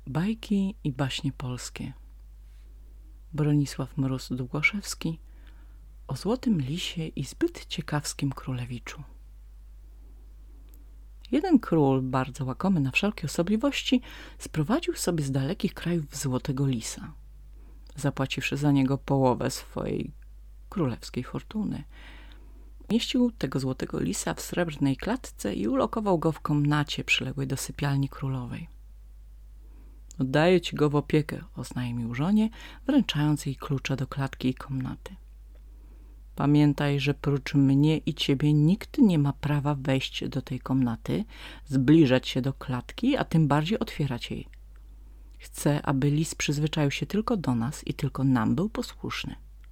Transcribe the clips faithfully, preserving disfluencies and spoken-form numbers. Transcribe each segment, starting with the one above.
Bajki i baśnie polskie. Bronisław Mróz-Długoszewski o złotym lisie i zbyt ciekawskim królewiczu. Jeden król, bardzo łakomy na wszelkie osobliwości, sprowadził sobie z dalekich krajów złotego lisa, zapłaciwszy za niego połowę swojej królewskiej fortuny. Mieścił tego złotego lisa w srebrnej klatce i ulokował go w komnacie przyległej do sypialni królowej. Oddaję ci go w opiekę, oznajmił żonie, wręczając jej klucze do klatki i komnaty. Pamiętaj, że prócz mnie i ciebie nikt nie ma prawa wejść do tej komnaty, zbliżać się do klatki, a tym bardziej otwierać jej. Chcę, aby lis przyzwyczaił się tylko do nas i tylko nam był posłuszny.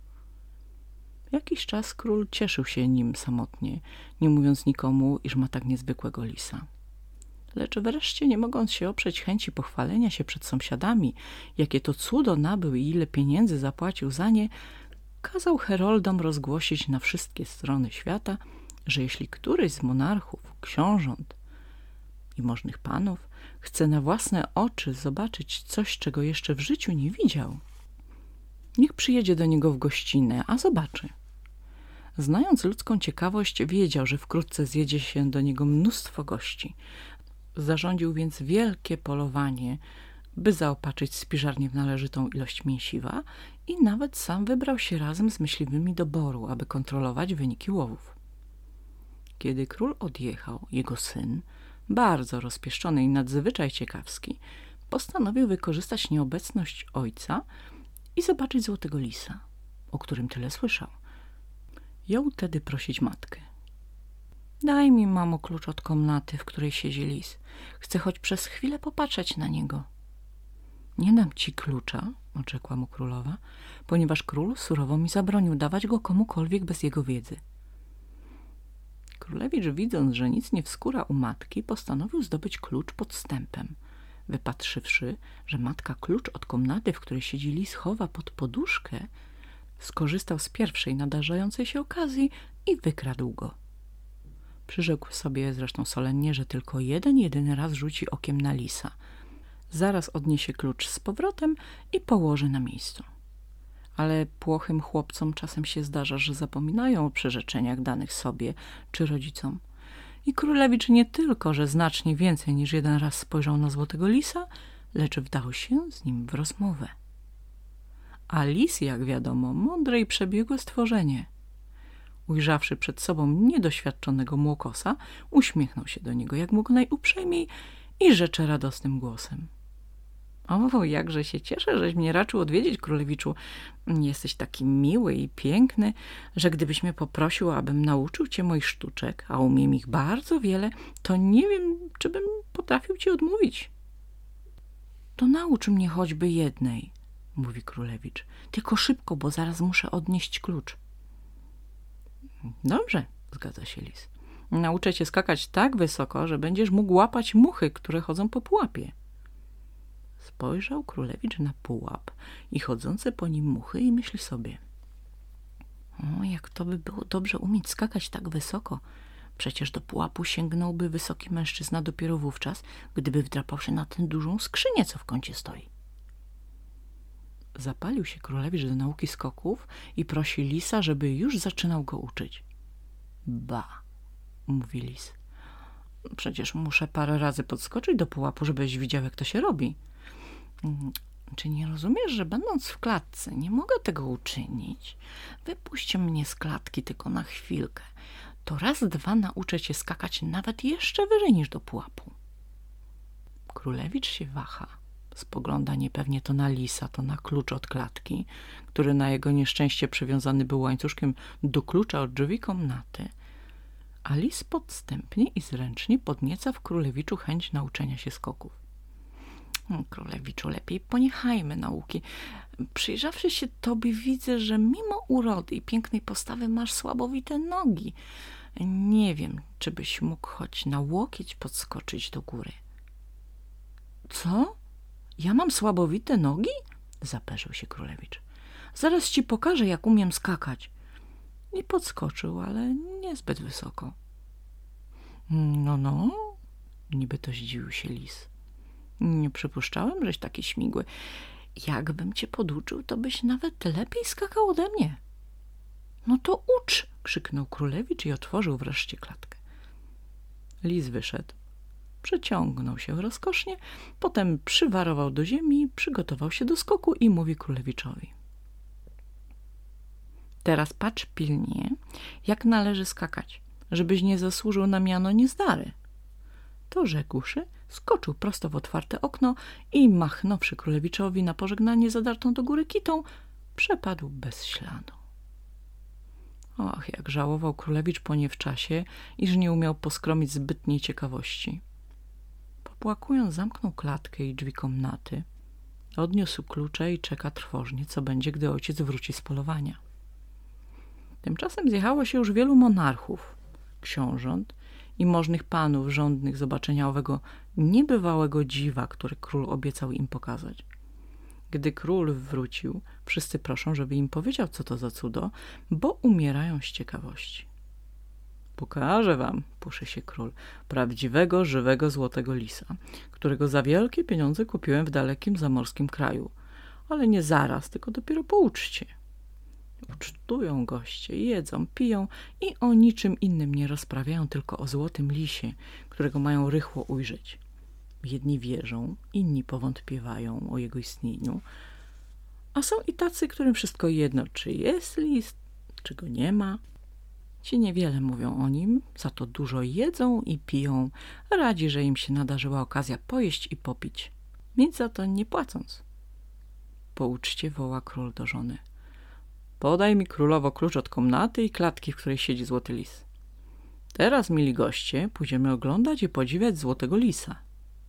Jakiś czas król cieszył się nim samotnie, nie mówiąc nikomu, iż ma tak niezwykłego lisa. Lecz wreszcie, nie mogąc się oprzeć chęci pochwalenia się przed sąsiadami, jakie to cudo nabył i ile pieniędzy zapłacił za nie, kazał heroldom rozgłosić na wszystkie strony świata, że jeśli któryś z monarchów, książąt i możnych panów chce na własne oczy zobaczyć coś, czego jeszcze w życiu nie widział, niech przyjedzie do niego w gościnę, a zobaczy. Znając ludzką ciekawość, wiedział, że wkrótce zjedzie się do niego mnóstwo gości. Zarządził więc wielkie polowanie, by zaopatrzyć spiżarnię w należytą ilość mięsiwa i nawet sam wybrał się razem z myśliwymi do boru, aby kontrolować wyniki łowów. Kiedy król odjechał, jego syn, bardzo rozpieszczony i nadzwyczaj ciekawski, postanowił wykorzystać nieobecność ojca i zobaczyć złotego lisa, o którym tyle słyszał. Jął tedy prosić matkę. Daj mi, mamo, klucz od komnaty, w której siedzi lis. Chcę choć przez chwilę popatrzeć na niego. Nie dam ci klucza, orzekła mu królowa, ponieważ król surowo mi zabronił dawać go komukolwiek bez jego wiedzy. Królewicz, widząc, że nic nie wskóra u matki, postanowił zdobyć klucz podstępem. Wypatrzywszy, że matka klucz od komnaty, w której siedzi lis, chowa pod poduszkę, skorzystał z pierwszej nadarzającej się okazji i wykradł go. Przyrzekł sobie zresztą solennie, że tylko jeden, jedyny raz rzuci okiem na lisa. Zaraz odniesie klucz z powrotem i położy na miejscu. Ale płochym chłopcom czasem się zdarza, że zapominają o przyrzeczeniach danych sobie czy rodzicom. I królewicz nie tylko, że znacznie więcej niż jeden raz spojrzał na złotego lisa, lecz wdał się z nim w rozmowę. A lis, jak wiadomo, mądre i przebiegłe stworzenie. Ujrzawszy przed sobą niedoświadczonego młokosa, uśmiechnął się do niego jak mógł najuprzejmiej i rzecze radosnym głosem. O, jakże się cieszę, żeś mnie raczył odwiedzić, królewiczu. Jesteś taki miły i piękny, że gdybyś mnie poprosił, abym nauczył cię moich sztuczek, a umiem ich bardzo wiele, to nie wiem, czy bym potrafił ci odmówić. To naucz mnie choćby jednej, mówi królewicz. Tylko szybko, bo zaraz muszę odnieść klucz. Dobrze, zgadza się lis. Nauczę cię skakać tak wysoko, że będziesz mógł łapać muchy, które chodzą po pułapie. Spojrzał królewicz na pułap i chodzące po nim muchy i myśli sobie: o, jak to by było dobrze umieć skakać tak wysoko. Przecież do pułapu sięgnąłby wysoki mężczyzna dopiero wówczas, gdyby wdrapał się na tę dużą skrzynię, co w kącie stoi. Zapalił się królewicz do nauki skoków i prosi lisa, żeby już zaczynał go uczyć. Ba, mówi lis. Przecież muszę parę razy podskoczyć do pułapu, żebyś widział, jak to się robi. Czy nie rozumiesz, że będąc w klatce nie mogę tego uczynić? Wypuść mnie z klatki tylko na chwilkę. To raz, dwa nauczę cię skakać nawet jeszcze wyżej niż do pułapu. Królewicz się waha. Spogląda niepewnie to na lisa, to na klucz od klatki, który na jego nieszczęście przywiązany był łańcuszkiem do klucza od drzwi komnaty. A lis podstępnie i zręcznie podnieca w królewiczu chęć nauczenia się skoków. Królewiczu, lepiej poniechajmy nauki. Przyjrzawszy się tobie, widzę, że mimo urody i pięknej postawy masz słabowite nogi. Nie wiem, czy byś mógł choć na łokieć podskoczyć do góry. Co? Ja mam słabowite nogi? Zaperzył się królewicz. Zaraz ci pokażę, jak umiem skakać. I podskoczył, ale niezbyt wysoko. No, no, niby to zdziwił się lis. Nie przypuszczałem, żeś taki śmigły. Jakbym cię poduczył, to byś nawet lepiej skakał ode mnie. No to ucz, krzyknął królewicz i otworzył wreszcie klatkę. Lis wyszedł, przeciągnął się rozkosznie, potem przywarował do ziemi, przygotował się do skoku i mówi królewiczowi: teraz patrz pilnie, jak należy skakać, żebyś nie zasłużył na miano niezdary. To rzekłszy, skoczył prosto w otwarte okno i machnąwszy królewiczowi na pożegnanie zadartą do góry kitą, przepadł bez śladu. Och, jak żałował królewicz po niewczasie, iż nie umiał poskromić zbytniej ciekawości. Popłakując, zamknął klatkę i drzwi komnaty, odniósł klucze i czeka trwożnie, co będzie, gdy ojciec wróci z polowania. Tymczasem zjechało się już wielu monarchów, książąt i możnych panów żądnych zobaczenia owego niebywałego dziwa, które król obiecał im pokazać. Gdy król wrócił, wszyscy proszą, żeby im powiedział, co to za cudo, bo umierają z ciekawości. Pokażę wam, puszy się król, prawdziwego, żywego złotego lisa, którego za wielkie pieniądze kupiłem w dalekim zamorskim kraju, ale nie zaraz, tylko dopiero po uczcie. Ucztują goście, jedzą, piją i o niczym innym nie rozprawiają, tylko o złotym lisie, którego mają rychło ujrzeć. Jedni wierzą, inni powątpiewają o jego istnieniu, a są i tacy, którym wszystko jedno, czy jest lis, czy go nie ma. Ci niewiele mówią o nim, za to dużo jedzą i piją, radzi, że im się nadarzyła okazja pojeść i popić, nic za to nie płacąc. Po uczcie woła król do żony: podaj mi, królowo, klucz od komnaty i klatki, w której siedzi złoty lis. Teraz, mili goście, pójdziemy oglądać i podziwiać złotego lisa.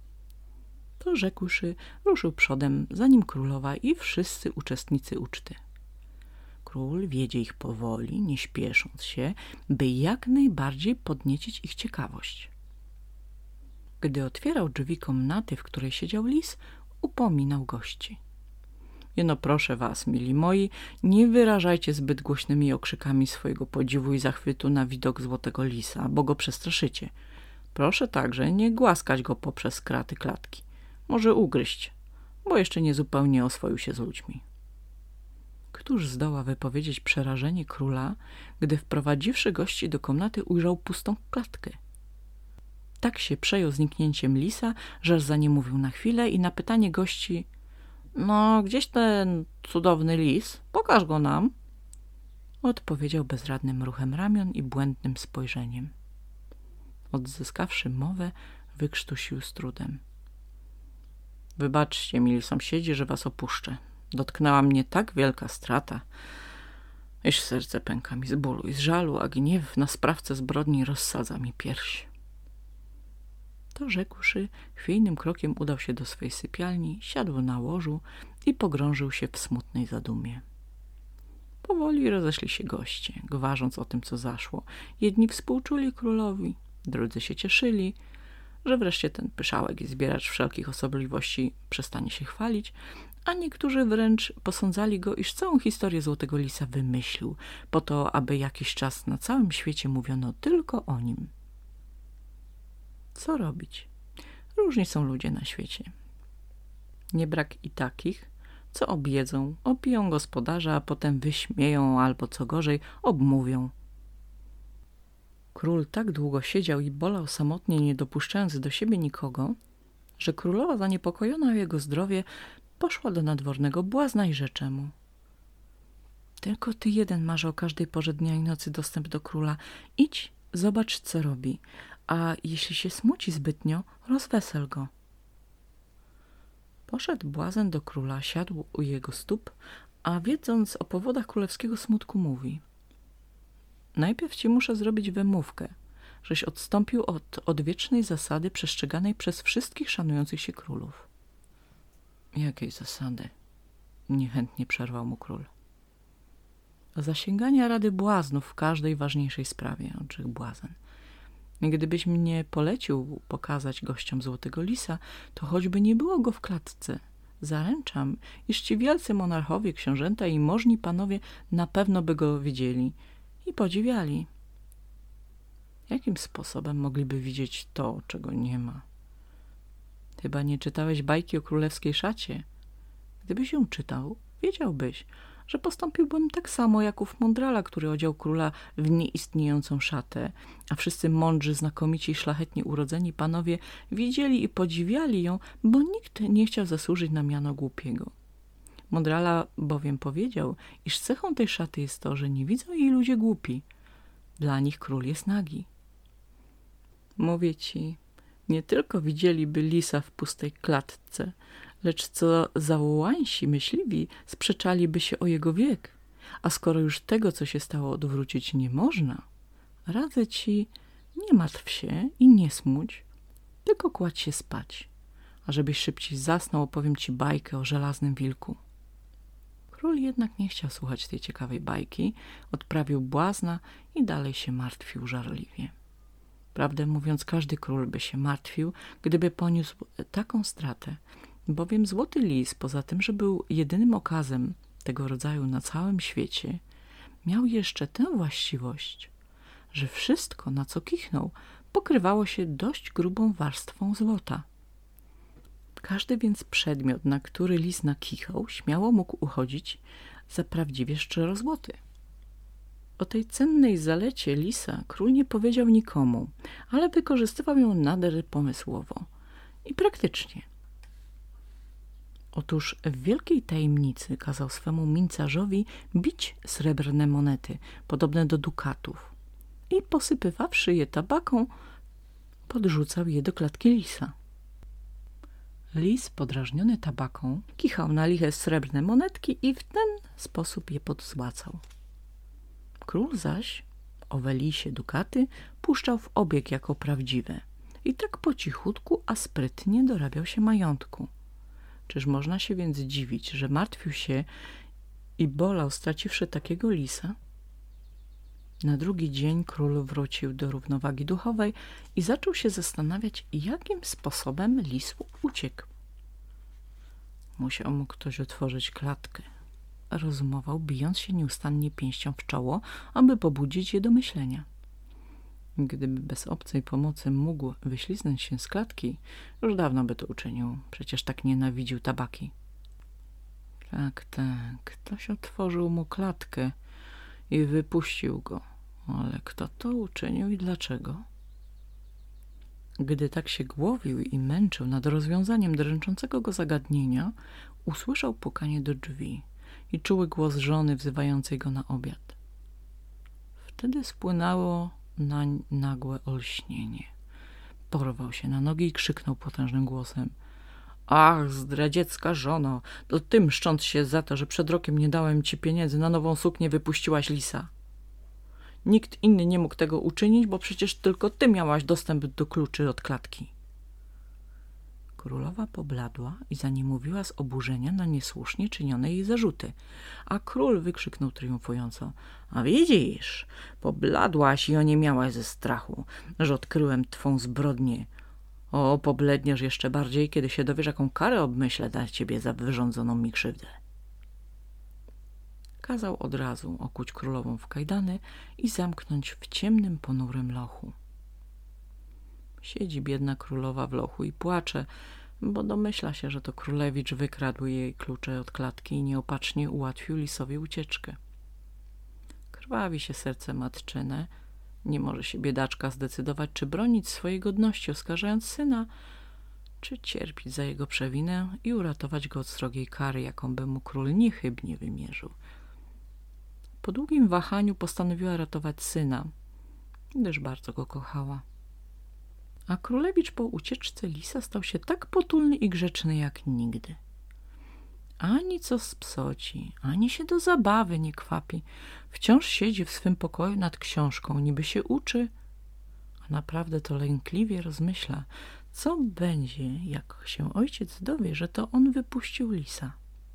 To rzekłszy, ruszył przodem, za nim królowa i wszyscy uczestnicy uczty. Król wiedzie ich powoli, nie śpiesząc się, by jak najbardziej podniecić ich ciekawość. Gdy otwierał drzwi komnaty, w której siedział lis, upominał gości: jeno proszę was, mili moi, nie wyrażajcie zbyt głośnymi okrzykami swojego podziwu i zachwytu na widok złotego lisa, bo go przestraszycie. Proszę także nie głaskać go poprzez kraty klatki. Może ugryźć, bo jeszcze nie zupełnie oswoił się z ludźmi. Któż zdoła wypowiedzieć przerażenie króla, gdy wprowadziwszy gości do komnaty ujrzał pustą klatkę? Tak się przejął zniknięciem lisa, że zaniemówił na chwilę i na pytanie gości: no, gdzieś ten cudowny lis, pokaż go nam, odpowiedział bezradnym ruchem ramion i błędnym spojrzeniem. Odzyskawszy mowę, wykrztusił z trudem: wybaczcie, mili sąsiedzi, że was opuszczę. Dotknęła mnie tak wielka strata, iż serce pęka mi z bólu i z żalu, a gniew na sprawcę zbrodni rozsadza mi pierś. To rzekłszy, chwiejnym krokiem udał się do swej sypialni, siadł na łożu i pogrążył się w smutnej zadumie. Powoli rozeszli się goście, gwarząc o tym, co zaszło. Jedni współczuli królowi, drudzy się cieszyli, że wreszcie ten pyszałek i zbieracz wszelkich osobliwości przestanie się chwalić, a niektórzy wręcz posądzali go, iż całą historię złotego lisa wymyślił, po to, aby jakiś czas na całym świecie mówiono tylko o nim. Co robić? Różni są ludzie na świecie. Nie brak i takich, co objedzą, opiją gospodarza, a potem wyśmieją albo, co gorzej, obmówią. Król tak długo siedział i bolał samotnie, nie dopuszczając do siebie nikogo, że królowa, zaniepokojona o jego zdrowie, poszła do nadwornego błazna i rzecze mu: tylko ty jeden masz o każdej porze dnia i nocy dostęp do króla. Idź, zobacz, co robi, a jeśli się smuci zbytnio, rozwesel go. Poszedł błazen do króla, siadł u jego stóp, a wiedząc o powodach królewskiego smutku, mówi: najpierw ci muszę zrobić wymówkę, żeś odstąpił od odwiecznej zasady przestrzeganej przez wszystkich szanujących się królów. Jakiej zasady? Niechętnie przerwał mu król. Zasięgania rady błaznów w każdej ważniejszej sprawie, oczych błazen. Gdybyś mnie polecił pokazać gościom złotego lisa, to choćby nie było go w klatce, zaręczam, iż ci wielcy monarchowie, książęta i możni panowie na pewno by go widzieli i podziwiali. Jakim sposobem mogliby widzieć to, czego nie ma? Chyba nie czytałeś bajki o królewskiej szacie? Gdybyś ją czytał, wiedziałbyś, że postąpiłbym tak samo jak ów mądrala, który odział króla w nieistniejącą szatę, a wszyscy mądrzy, znakomici i szlachetnie urodzeni panowie widzieli i podziwiali ją, bo nikt nie chciał zasłużyć na miano głupiego. Mądrala bowiem powiedział, iż cechą tej szaty jest to, że nie widzą jej ludzie głupi. Dla nich król jest nagi. Mówię ci, nie tylko widzieliby lisa w pustej klatce, lecz co zawołańsi myśliwi sprzeczaliby się o jego wiek. A skoro już tego, co się stało, odwrócić nie można, radzę ci, nie martw się i nie smuć, tylko kładź się spać. A żebyś szybciej zasnął, opowiem ci bajkę o żelaznym wilku. Król jednak nie chciał słuchać tej ciekawej bajki, odprawił błazna i dalej się martwił żarliwie. Prawdę mówiąc, każdy król by się martwił, gdyby poniósł taką stratę, bowiem złoty lis, poza tym, że był jedynym okazem tego rodzaju na całym świecie, miał jeszcze tę właściwość, że wszystko, na co kichnął, pokrywało się dość grubą warstwą złota. Każdy więc przedmiot, na który lis nakichał, śmiało mógł uchodzić za prawdziwie szczerozłoty. O tej cennej zalecie lisa król nie powiedział nikomu, ale wykorzystywał ją nader pomysłowo i praktycznie. Otóż w wielkiej tajemnicy kazał swemu mincarzowi bić srebrne monety, podobne do dukatów, i posypywawszy je tabaką, podrzucał je do klatki lisa. Lis, podrażniony tabaką, kichał na liche srebrne monetki i w ten sposób je podzłacał. Król zaś owe lisie dukaty puszczał w obieg jako prawdziwe i tak po cichutku, a sprytnie dorabiał się majątku. Czyż można się więc dziwić, że martwił się i bolał, straciwszy takiego lisa? Na drugi dzień król wrócił do równowagi duchowej i zaczął się zastanawiać, jakim sposobem lis uciekł. Musiał mu ktoś otworzyć klatkę, rozumował, bijąc się nieustannie pięścią w czoło, aby pobudzić je do myślenia. Gdyby bez obcej pomocy mógł wyśliznąć się z klatki, już dawno by to uczynił, przecież tak nienawidził tabaki. Tak, tak, ktoś otworzył mu klatkę i wypuścił go, ale kto to uczynił i dlaczego? Gdy tak się głowił i męczył nad rozwiązaniem dręczącego go zagadnienia, usłyszał pukanie do drzwi i czuły głos żony wzywającej go na obiad. Wtedy spłynęło nań nagłe olśnienie. Porwał się na nogi i krzyknął potężnym głosem: Ach, zdradziecka żono, to ty, mszcząc się za to, że przed rokiem nie dałem ci pieniędzy na nową suknię, wypuściłaś lisa. Nikt inny nie mógł tego uczynić, bo przecież tylko ty miałaś dostęp do kluczy od klatki. Królowa pobladła i zaniemówiła z oburzenia na niesłusznie czynione jej zarzuty, a król wykrzyknął triumfująco: A widzisz, pobladłaś i oniemiałaś ze strachu, że odkryłem twą zbrodnię. O, pobledniesz jeszcze bardziej, kiedy się dowiesz, jaką karę obmyślę dla ciebie za wyrządzoną mi krzywdę. Kazał od razu okuć królową w kajdany i zamknąć w ciemnym, ponurym lochu. Siedzi biedna królowa w lochu i płacze, bo domyśla się, że to królewicz wykradł jej klucze od klatki i nieopatrznie ułatwił lisowi ucieczkę. Krwawi się serce matczyne, nie może się biedaczka zdecydować, czy bronić swojej godności, oskarżając syna, czy cierpieć za jego przewinę i uratować go od srogiej kary, jaką by mu król niechybnie wymierzył. Po długim wahaniu postanowiła ratować syna, gdyż bardzo go kochała. A królewicz po ucieczce lisa stał się tak potulny i grzeczny jak nigdy. Ani co z psoci, ani się do zabawy nie kwapi. Wciąż siedzi w swym pokoju nad książką, niby się uczy, a naprawdę to lękliwie rozmyśla, co będzie, jak się ojciec dowie, że to on wypuścił lisa.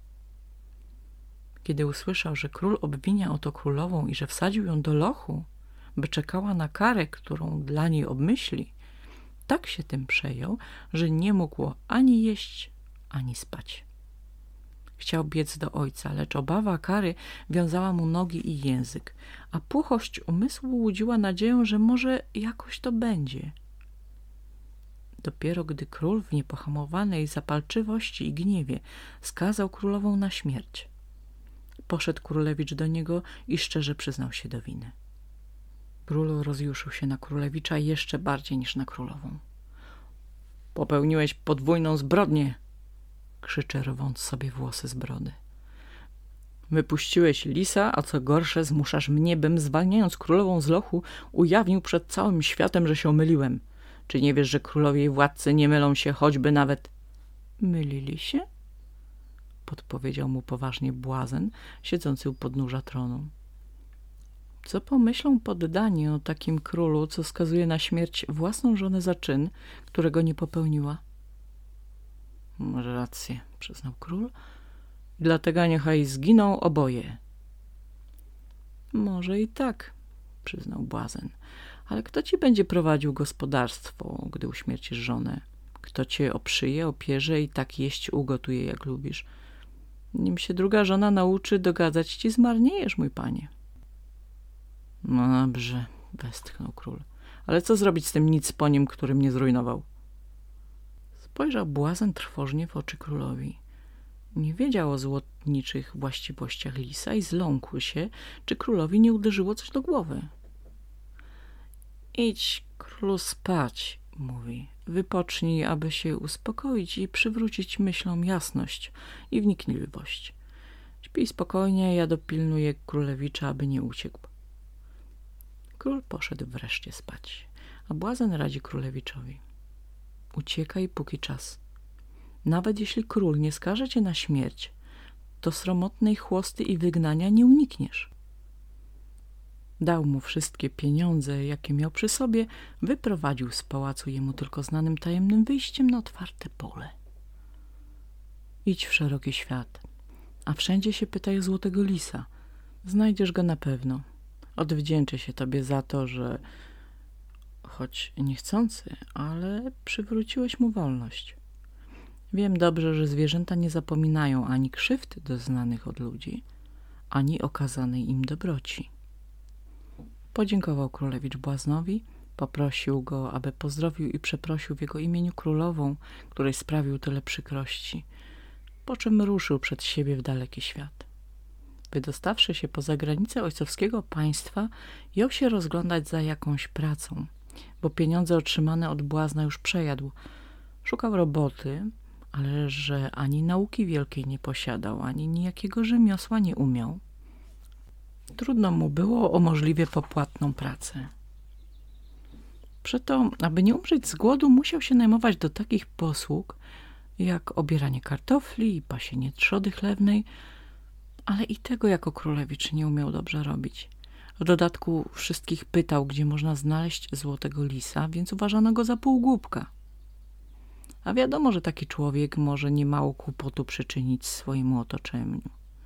Kiedy usłyszał, że król obwinia o to królową i że wsadził ją do lochu, by czekała na karę, którą dla niej obmyśli, tak się tym przejął, że nie mógł ani jeść, ani spać. Chciał biec do ojca, lecz obawa kary wiązała mu nogi i język, a płochość umysłu łudziła nadzieją, że może jakoś to będzie. Dopiero gdy król w niepohamowanej zapalczywości i gniewie skazał królową na śmierć, poszedł królewicz do niego i szczerze przyznał się do winy. Król rozjuszył się na królewicza jeszcze bardziej niż na królową. Popełniłeś podwójną zbrodnię, krzyczy, rwąc sobie włosy z brody. Wypuściłeś lisa, a co gorsze, zmuszasz mnie, bym, zwalniając królową z lochu, ujawnił przed całym światem, że się omyliłem. Czy nie wiesz, że królowie i władcy nie mylą się, choćby nawet... Mylili się? Podpowiedział mu poważnie błazen, siedzący u podnóża tronu. Co pomyślą poddani o takim królu, co skazuje na śmierć własną żonę za czyn, którego nie popełniła? Masz rację, przyznał król. Dlatego niechaj zginą oboje. Może i tak, przyznał błazen. Ale kto ci będzie prowadził gospodarstwo, gdy uśmiercisz żonę? Kto cię oprzyje, opierze i tak jeść ugotuje, jak lubisz? Nim się druga żona nauczy dogadzać ci, zmarniejesz, mój panie. No dobrze, westchnął król. Ale co zrobić z tym nicponiem, który mnie zrujnował? Spojrzał błazen trwożnie w oczy królowi. Nie wiedział o złotniczych właściwościach lisa i zląkł się, czy królowi nie uderzyło coś do głowy. Idź, królu, spać, mówi. Wypocznij, aby się uspokoić i przywrócić myślom jasność i wnikliwość. Śpij spokojnie, ja dopilnuję królewicza, aby nie uciekł. Król poszedł wreszcie spać, a błazen radzi królewiczowi. Uciekaj, póki czas. Nawet jeśli król nie skaże cię na śmierć, to sromotnej chłosty i wygnania nie unikniesz. Dał mu wszystkie pieniądze, jakie miał przy sobie, wyprowadził z pałacu jemu tylko znanym tajemnym wyjściem na otwarte pole. Idź w szeroki świat, a wszędzie się pytaj o złotego lisa. Znajdziesz go na pewno. Odwdzięczę się tobie za to, że choć niechcący, ale przywróciłeś mu wolność. Wiem dobrze, że zwierzęta nie zapominają ani krzywd doznanych od ludzi, ani okazanej im dobroci. Podziękował królewicz błaznowi, poprosił go, aby pozdrowił i przeprosił w jego imieniu królową, której sprawił tyle przykrości, po czym ruszył przed siebie w daleki świat. Wydostawszy się poza granice ojcowskiego państwa, jął się rozglądać za jakąś pracą, bo pieniądze otrzymane od błazna już przejadł. Szukał roboty, ale że ani nauki wielkiej nie posiadał, ani nijakiego rzemiosła nie umiał. Trudno mu było o możliwie popłatną pracę. Przeto, aby nie umrzeć z głodu, musiał się najmować do takich posług, jak obieranie kartofli i pasienie trzody chlewnej, ale i tego jako królewicz nie umiał dobrze robić. W dodatku wszystkich pytał, gdzie można znaleźć złotego lisa, więc uważano go za półgłupka. A wiadomo, że taki człowiek może niemało kłopotu przyczynić swojemu otoczeniu.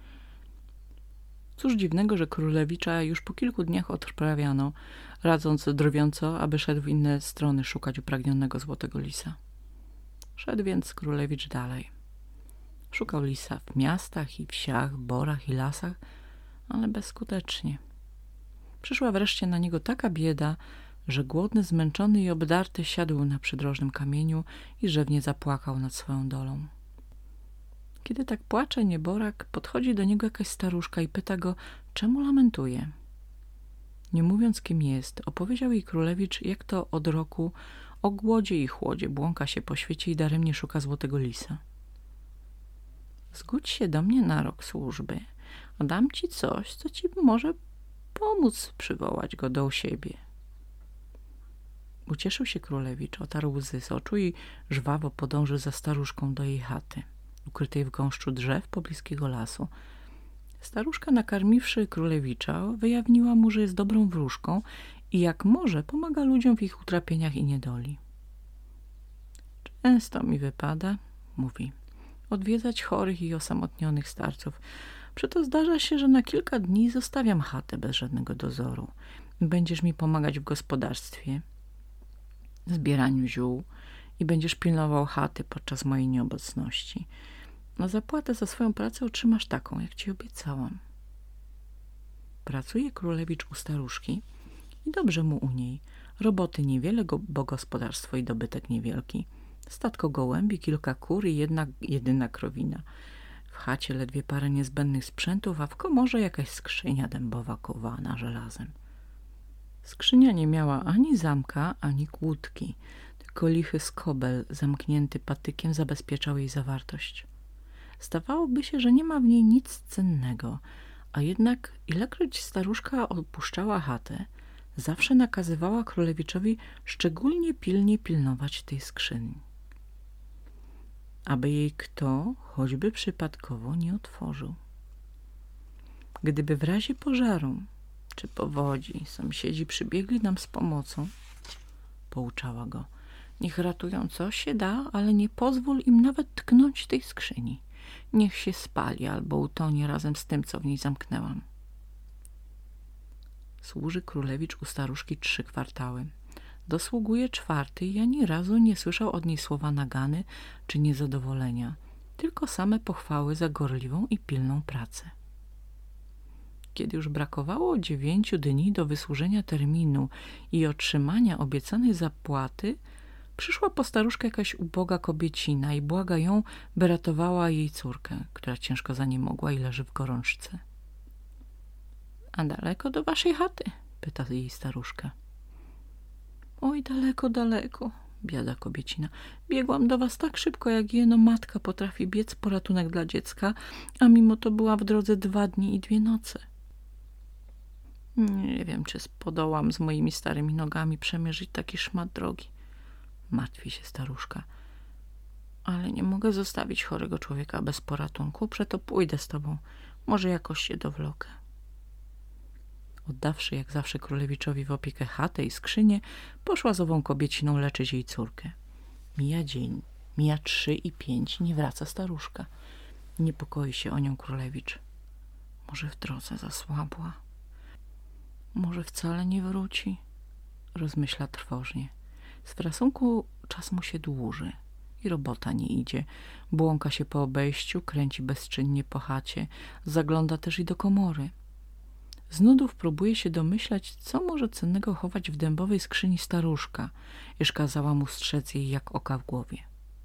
Cóż dziwnego, że królewicza już po kilku dniach odprawiano, radząc drwiąco, aby szedł w inne strony szukać upragnionego złotego lisa. Szedł więc królewicz dalej. Szukał lisa w miastach i wsiach, borach i lasach, ale bezskutecznie. Przyszła wreszcie na niego taka bieda, że głodny, zmęczony i obdarty siadł na przydrożnym kamieniu i rzewnie zapłakał nad swoją dolą. Kiedy tak płacze nieborak, podchodzi do niego jakaś staruszka i pyta go, czemu lamentuje. Nie mówiąc, kim jest, opowiedział jej królewicz, jak to od roku o głodzie i chłodzie błąka się po świecie i daremnie szuka złotego lisa. Zgódź się do mnie na rok służby, a dam ci coś, co ci może pomóc przywołać go do siebie. Ucieszył się królewicz, otarł łzy z oczu i żwawo podążył za staruszką do jej chaty, ukrytej w gąszczu drzew pobliskiego lasu. Staruszka, nakarmiwszy królewicza, wyjawniła mu, że jest dobrą wróżką i jak może pomaga ludziom w ich utrapieniach i niedoli. Często mi wypada, mówi, odwiedzać chorych i osamotnionych starców. Przeto zdarza się, że na kilka dni zostawiam chatę bez żadnego dozoru. Będziesz mi pomagać w gospodarstwie, zbieraniu ziół i będziesz pilnował chaty podczas mojej nieobecności. Na zapłatę za swoją pracę otrzymasz taką, jak ci obiecałam. Pracuje królewicz u staruszki i dobrze mu u niej, Roboty niewiele, bo gospodarstwo i dobytek niewielki. Statko gołębi, kilka kur i jedna jedyna krowina. W chacie ledwie parę niezbędnych sprzętów, a w komorze jakaś skrzynia dębowa kowana żelazem. Skrzynia nie miała ani zamka, ani kłódki, tylko lichy skobel zamknięty patykiem zabezpieczał jej zawartość. Zdawałoby się, że nie ma w niej nic cennego, a jednak ilekroć staruszka opuszczała chatę, zawsze nakazywała królewiczowi szczególnie pilnie pilnować tej skrzyni, aby jej kto, choćby przypadkowo, nie otworzył. Gdyby w razie pożaru czy powodzi sąsiedzi przybiegli nam z pomocą, pouczała go, niech ratują co się da, ale nie pozwól im nawet tknąć tej skrzyni. Niech się spali albo utonie razem z tym, co w niej zamknęłam. Służy królewicz u staruszki trzy kwartały. Dosługuje czwarty i ani razu nie słyszał od niej słowa nagany czy niezadowolenia, tylko same pochwały za gorliwą i pilną pracę. Kiedy już brakowało dziewięciu dni do wysłużenia terminu i otrzymania obiecanej zapłaty, przyszła po staruszkę jakaś uboga kobiecina i błaga ją, by ratowała jej córkę, która ciężko zaniemogła i leży w gorączce. — A daleko do waszej chaty? — pyta jej staruszka. — Oj, daleko, daleko — biada kobiecina. — Biegłam do was tak szybko, jak jeno matka potrafi biec po ratunek dla dziecka, a mimo to była w drodze dwa dni i dwie noce. Nie wiem, czy podołam z moimi starymi nogami przemierzyć taki szmat drogi. Martwi się staruszka. Ale nie mogę zostawić chorego człowieka bez poratunku, przeto pójdę z tobą. Może jakoś się dowlokę. Oddawszy jak zawsze królewiczowi w opiekę chatę i skrzynię, poszła z ową kobieciną leczyć jej córkę. Mija dzień, mija trzy i pięć, nie wraca staruszka. Niepokoi się o nią królewicz. Może w drodze zasłabła. Może wcale nie wróci, rozmyśla trwożnie. Z frasunku czas mu się dłuży i robota nie idzie. Błąka się po obejściu, kręci bezczynnie po chacie, zagląda też i do komory. Z nudów próbuje się domyślać, co może cennego chować w dębowej skrzyni staruszka, iż kazała mu strzec jej jak oka w głowie.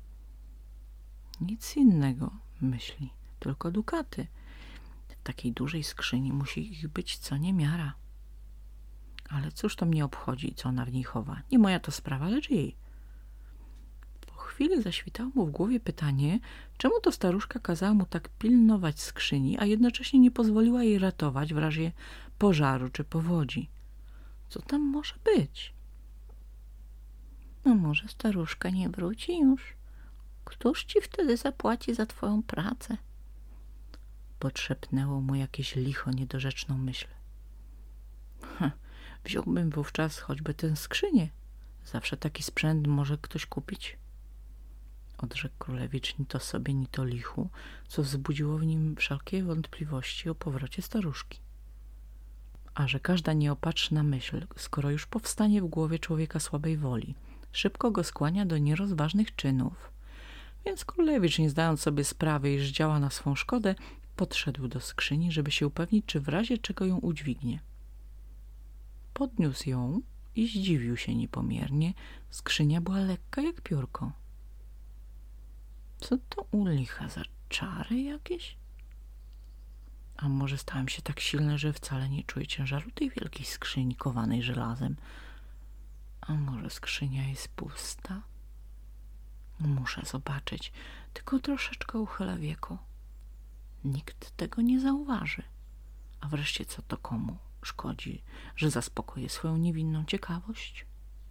Nic innego, myśli, tylko dukaty. W takiej dużej skrzyni musi ich być co niemiara. Ale cóż to mnie obchodzi, co ona w niej chowa? Nie moja to sprawa, lecz jej. Po chwili zaświtało mu w głowie pytanie, czemu to staruszka kazała mu tak pilnować skrzyni, a jednocześnie nie pozwoliła jej ratować w razie pożaru czy powodzi. Co tam może być? No może staruszka nie wróci już? Któż ci wtedy zapłaci za twoją pracę? Podszepnęło mu jakieś licho niedorzeczną myśl. Ha, wziąłbym wówczas choćby tę skrzynię. Zawsze taki sprzęt może ktoś kupić. Odrzekł królewicz ni to sobie, ni to lichu, co wzbudziło w nim wszelkie wątpliwości o powrocie staruszki. A że każda nieopatrzna myśl, skoro już powstanie w głowie człowieka słabej woli, szybko go skłania do nierozważnych czynów. Więc królewicz, nie zdając sobie sprawy, iż działa na swą szkodę, podszedł do skrzyni, żeby się upewnić, czy w razie czego ją udźwignie. Podniósł ją i zdziwił się niepomiernie. Skrzynia była lekka jak piórko. Co to u licha za czary jakieś? A może stałem się tak silny, że wcale nie czuję ciężaru tej wielkiej skrzyni kowanej żelazem? A może skrzynia jest pusta? Muszę zobaczyć, tylko troszeczkę uchylę wieko. Nikt tego nie zauważy. A wreszcie co to komu szkodzi, że zaspokoję swoją niewinną ciekawość?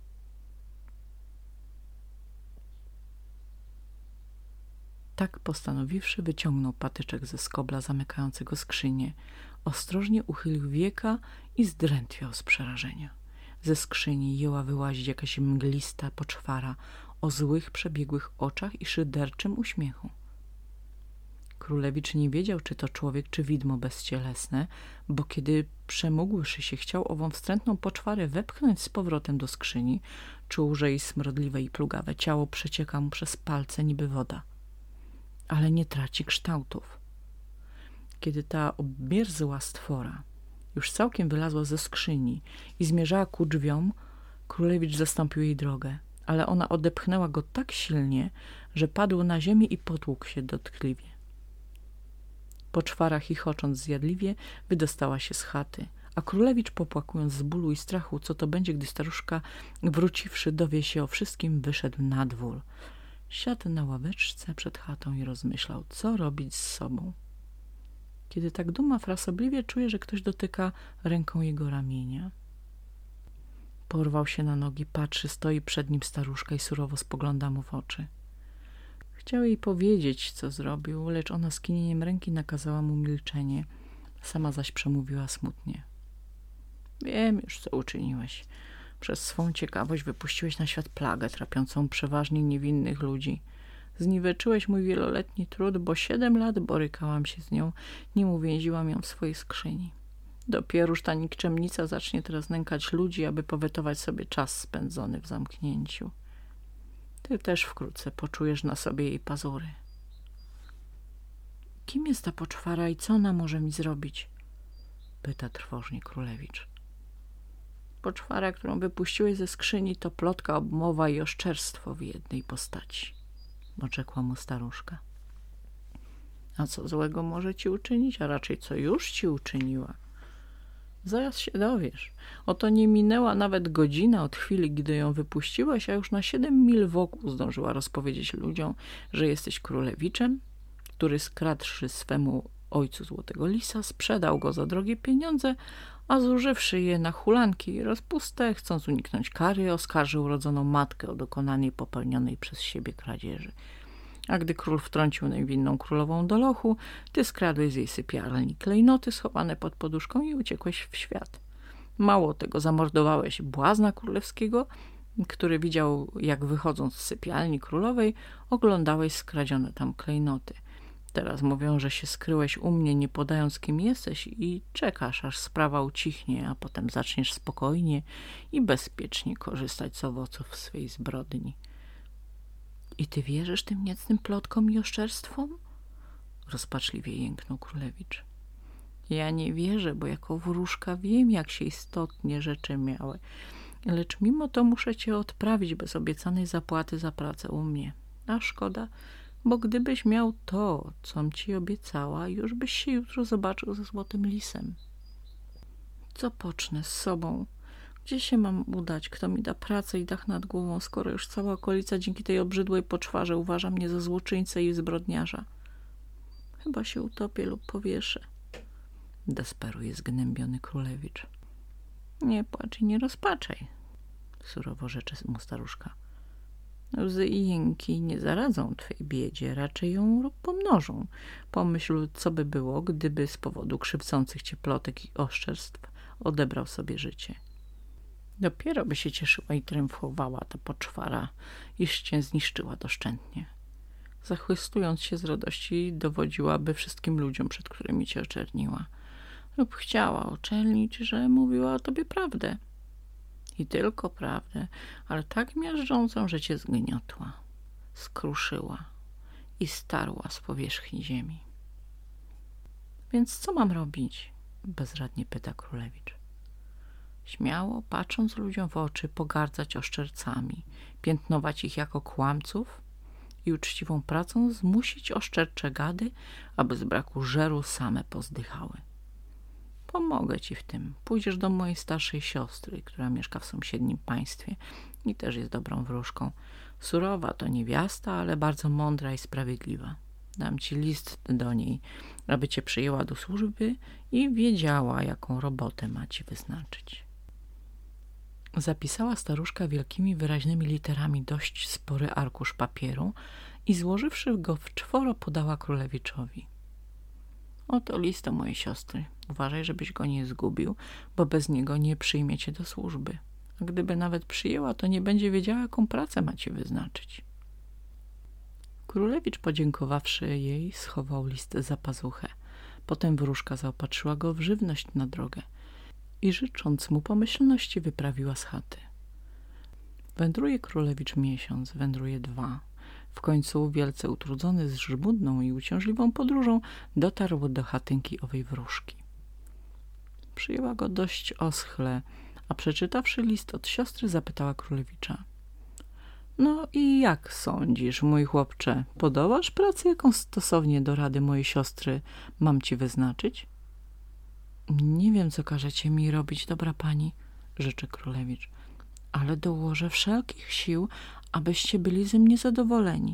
Tak postanowiwszy, wyciągnął patyczek ze skobla zamykającego skrzynię, ostrożnie uchylił wieka i zdrętwiał z przerażenia. Ze skrzyni jęła wyłazić jakaś mglista poczwara o złych, przebiegłych oczach i szyderczym uśmiechu. Królewicz nie wiedział, czy to człowiek, czy widmo bezcielesne, bo kiedy przemógłszy się chciał ową wstrętną poczwarę wepchnąć z powrotem do skrzyni, czuł, że jej smrodliwe i plugawe ciało przecieka mu przez palce niby woda. Ale nie traci kształtów. Kiedy ta obmierzła stwora już całkiem wylazła ze skrzyni i zmierzała ku drzwiom, Królewicz zastąpił jej drogę, ale ona odepchnęła go tak silnie, że padł na ziemię i potłukł się dotkliwie. Poczwara, chichocząc zjadliwie, wydostała się z chaty, a królewicz, popłakując z bólu i strachu, co to będzie, gdy staruszka, wróciwszy, dowie się o wszystkim, wyszedł na dwór. Siadł na ławeczce przed chatą i rozmyślał, co robić z sobą. Kiedy tak duma, frasobliwie czuje, że ktoś dotyka ręką jego ramienia. Porwał się na nogi, patrzy, stoi przed nim staruszka i surowo spogląda mu w oczy. Chciał jej powiedzieć, co zrobił, lecz ona skinieniem ręki nakazała mu milczenie. Sama zaś przemówiła smutnie. Wiem już, co uczyniłeś. Przez swą ciekawość wypuściłeś na świat plagę trapiącą przeważnie niewinnych ludzi. Zniweczyłeś mój wieloletni trud, bo siedem lat borykałam się z nią, nim uwięziłam ją w swojej skrzyni. Dopieróż ta nikczemnica zacznie teraz nękać ludzi, aby powetować sobie czas spędzony w zamknięciu. Ty też wkrótce poczujesz na sobie jej pazury. Kim jest ta poczwara i co ona może mi zrobić? Pyta trwożnie królewicz. Poczwara, którą wypuściłeś ze skrzyni, to plotka, obmowa i oszczerstwo w jednej postaci, odrzekła mu staruszka. A co złego może ci uczynić, a raczej co już ci uczyniła? Zaraz się dowiesz. Oto nie minęła nawet godzina od chwili, gdy ją wypuściłeś, a już na siedem mil wokół zdążyła rozpowiedzieć ludziom, że jesteś królewiczem, który skradłszy swemu ojcu złotego lisa, sprzedał go za drogie pieniądze, a zużywszy je na hulanki i rozpustę, chcąc uniknąć kary, oskarżył urodzoną matkę o dokonanej popełnionej przez siebie kradzieży. A gdy król wtrącił najwinną królową do lochu, ty skradłeś z jej sypialni klejnoty schowane pod poduszką i uciekłeś w świat. Mało tego, zamordowałeś błazna królewskiego, który widział, jak wychodząc z sypialni królowej, oglądałeś skradzione tam klejnoty. Teraz mówią, że się skryłeś u mnie, nie podając, kim jesteś, i czekasz, aż sprawa ucichnie, a potem zaczniesz spokojnie i bezpiecznie korzystać z owoców swej zbrodni. I ty wierzysz tym niecnym plotkom i oszczerstwom? Rozpaczliwie jęknął królewicz. Ja nie wierzę, bo jako wróżka wiem, jak się istotnie rzeczy miały. Lecz mimo to muszę cię odprawić bez obiecanej zapłaty za pracę u mnie. A szkoda, bo gdybyś miał to, com ci obiecała, już byś się jutro zobaczył ze złotym lisem. Co pocznę z sobą? Gdzie się mam udać? Kto mi da pracę i dach nad głową, skoro już cała okolica dzięki tej obrzydłej poczwarze uważa mnie za złoczyńcę i zbrodniarza? Chyba się utopię lub powieszę. Desperuje zgnębiony królewicz. Nie płacz i nie rozpaczaj, surowo rzecze mu staruszka. Łzy i jęki nie zaradzą twej biedzie, raczej ją pomnożą. Pomyśl, co by było, gdyby z powodu krzywdzących cię plotek i oszczerstw odebrał sobie życie. Dopiero by się cieszyła i triumfowała ta poczwara, iż cię zniszczyła doszczętnie. Zachwystując się z radości, dowodziłaby wszystkim ludziom, przed którymi cię oczerniła. Lub chciała oczernić, że mówiła o tobie prawdę. I tylko prawdę, ale tak miażdżącą, że cię zgniotła, skruszyła i starła z powierzchni ziemi. Więc co mam robić? Bezradnie pyta królewicz. Śmiało, patrząc ludziom w oczy, pogardzać oszczercami, piętnować ich jako kłamców i uczciwą pracą zmusić oszczercze gady, aby z braku żeru same pozdychały. Pomogę ci w tym. Pójdziesz do mojej starszej siostry, która mieszka w sąsiednim państwie i też jest dobrą wróżką. Surowa to niewiasta, ale bardzo mądra i sprawiedliwa. Dam ci list do niej, aby cię przyjęła do służby i wiedziała, jaką robotę ma ci wyznaczyć. Zapisała staruszka wielkimi, wyraźnymi literami dość spory arkusz papieru i złożywszy go w czworo, podała królewiczowi. Oto list do mojej siostry. Uważaj, żebyś go nie zgubił, bo bez niego nie przyjmie cię do służby. A gdyby nawet przyjęła, to nie będzie wiedziała, jaką pracę ma ci wyznaczyć. Królewicz, podziękowawszy jej, schował list za pazuchę. Potem wróżka zaopatrzyła go w żywność na drogę i życząc mu pomyślności, wyprawiła z chaty. Wędruje królewicz miesiąc, wędruje dwa. W końcu, wielce utrudzony z żmudną i uciążliwą podróżą, dotarł do chatynki owej wróżki. Przyjęła go dość oschle, A przeczytawszy list od siostry, zapytała królewicza: no i jak sądzisz, mój chłopcze, podobasz pracę, jaką stosownie do rady mojej siostry mam ci wyznaczyć? Nie wiem, co każecie mi robić, dobra pani, rzeczy królewicz, ale dołożę wszelkich sił, abyście byli ze mnie zadowoleni.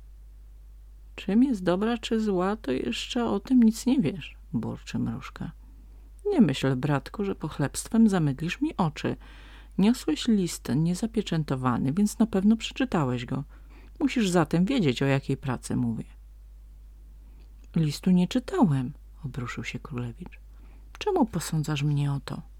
Czym jest dobra, czy zła, to jeszcze o tym nic nie wiesz, burczy Mrużka. Nie myśl, bratku, że pochlebstwem zamydlisz mi oczy. Niosłeś list niezapieczętowany, więc na pewno przeczytałeś go. Musisz zatem wiedzieć, o jakiej pracy mówię. Listu nie czytałem, obruszył się królewicz. Czemu posądzasz mnie o to?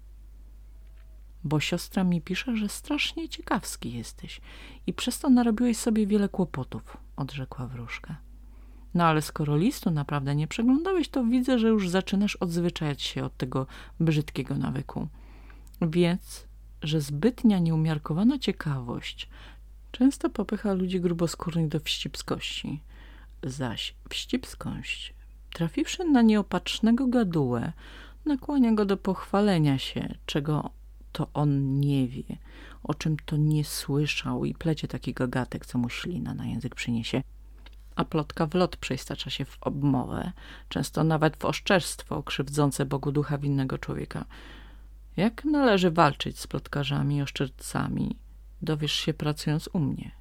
Bo siostra mi pisze, że strasznie ciekawski jesteś i przez to narobiłeś sobie wiele kłopotów, odrzekła Wróżka. No ale skoro listu naprawdę nie przeglądałeś, to widzę, że już zaczynasz odzwyczajać się od tego brzydkiego nawyku. Wiedz, że zbytnia nieumiarkowana ciekawość często popycha ludzi gruboskórnych do wścibskości, zaś wścibskość, trafiwszy na nieopatrznego gadułę, nakłania go do pochwalenia się, czego to on nie wie, o czym to nie słyszał i plecie taki gagatek, co mu ślina na język przyniesie. A plotka w lot przeistacza się w obmowę, często nawet w oszczerstwo krzywdzące Bogu ducha winnego człowieka. Jak należy walczyć z plotkarzami i oszczercami, dowiesz się pracując u mnie.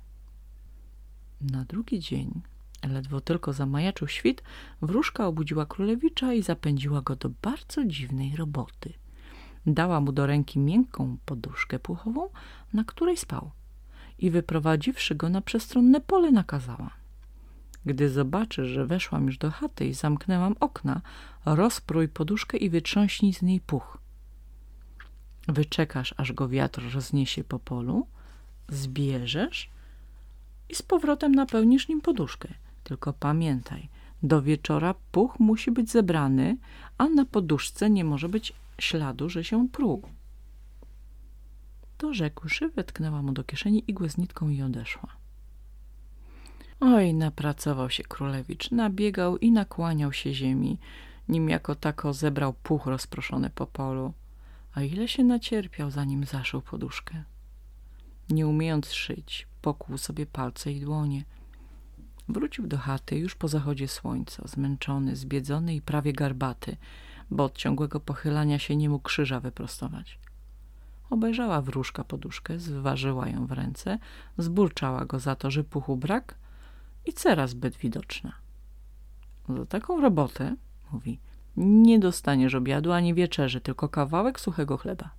Na drugi dzień, ledwo tylko zamajaczył świt, Wróżka obudziła królewicza i zapędziła go do bardzo dziwnej roboty. Dała mu do ręki miękką poduszkę puchową, na której spał, i wyprowadziwszy go na przestronne pole, nakazała: gdy zobaczysz, że weszłam już do chaty i zamknęłam okna, rozprój poduszkę i wytrząśnij z niej puch. Wyczekasz, aż go wiatr rozniesie po polu, zbierzesz i z powrotem napełnisz nim poduszkę. Tylko pamiętaj, do wieczora puch musi być zebrany, a na poduszce nie może być śladu, że się pruł. To rzekłszy, wetknęła mu do kieszeni igłę z nitką i odeszła. Oj, napracował się królewicz, nabiegał i nakłaniał się ziemi, nim jako tako zebrał puch rozproszony po polu. A ile się nacierpiał, zanim zaszył poduszkę. Nie umiejąc szyć, pokłuł sobie palce i dłonie. Wrócił do chaty już po zachodzie słońca, zmęczony, zbiedzony i prawie garbaty, bo od ciągłego pochylania się nie mógł krzyża wyprostować. Obejrzała Wróżka poduszkę, zważyła ją w ręce, zburczała go za to, że puchu brak i cera zbyt widoczna. Za taką robotę, mówi, nie dostaniesz obiadu ani wieczerzy, tylko kawałek suchego chleba.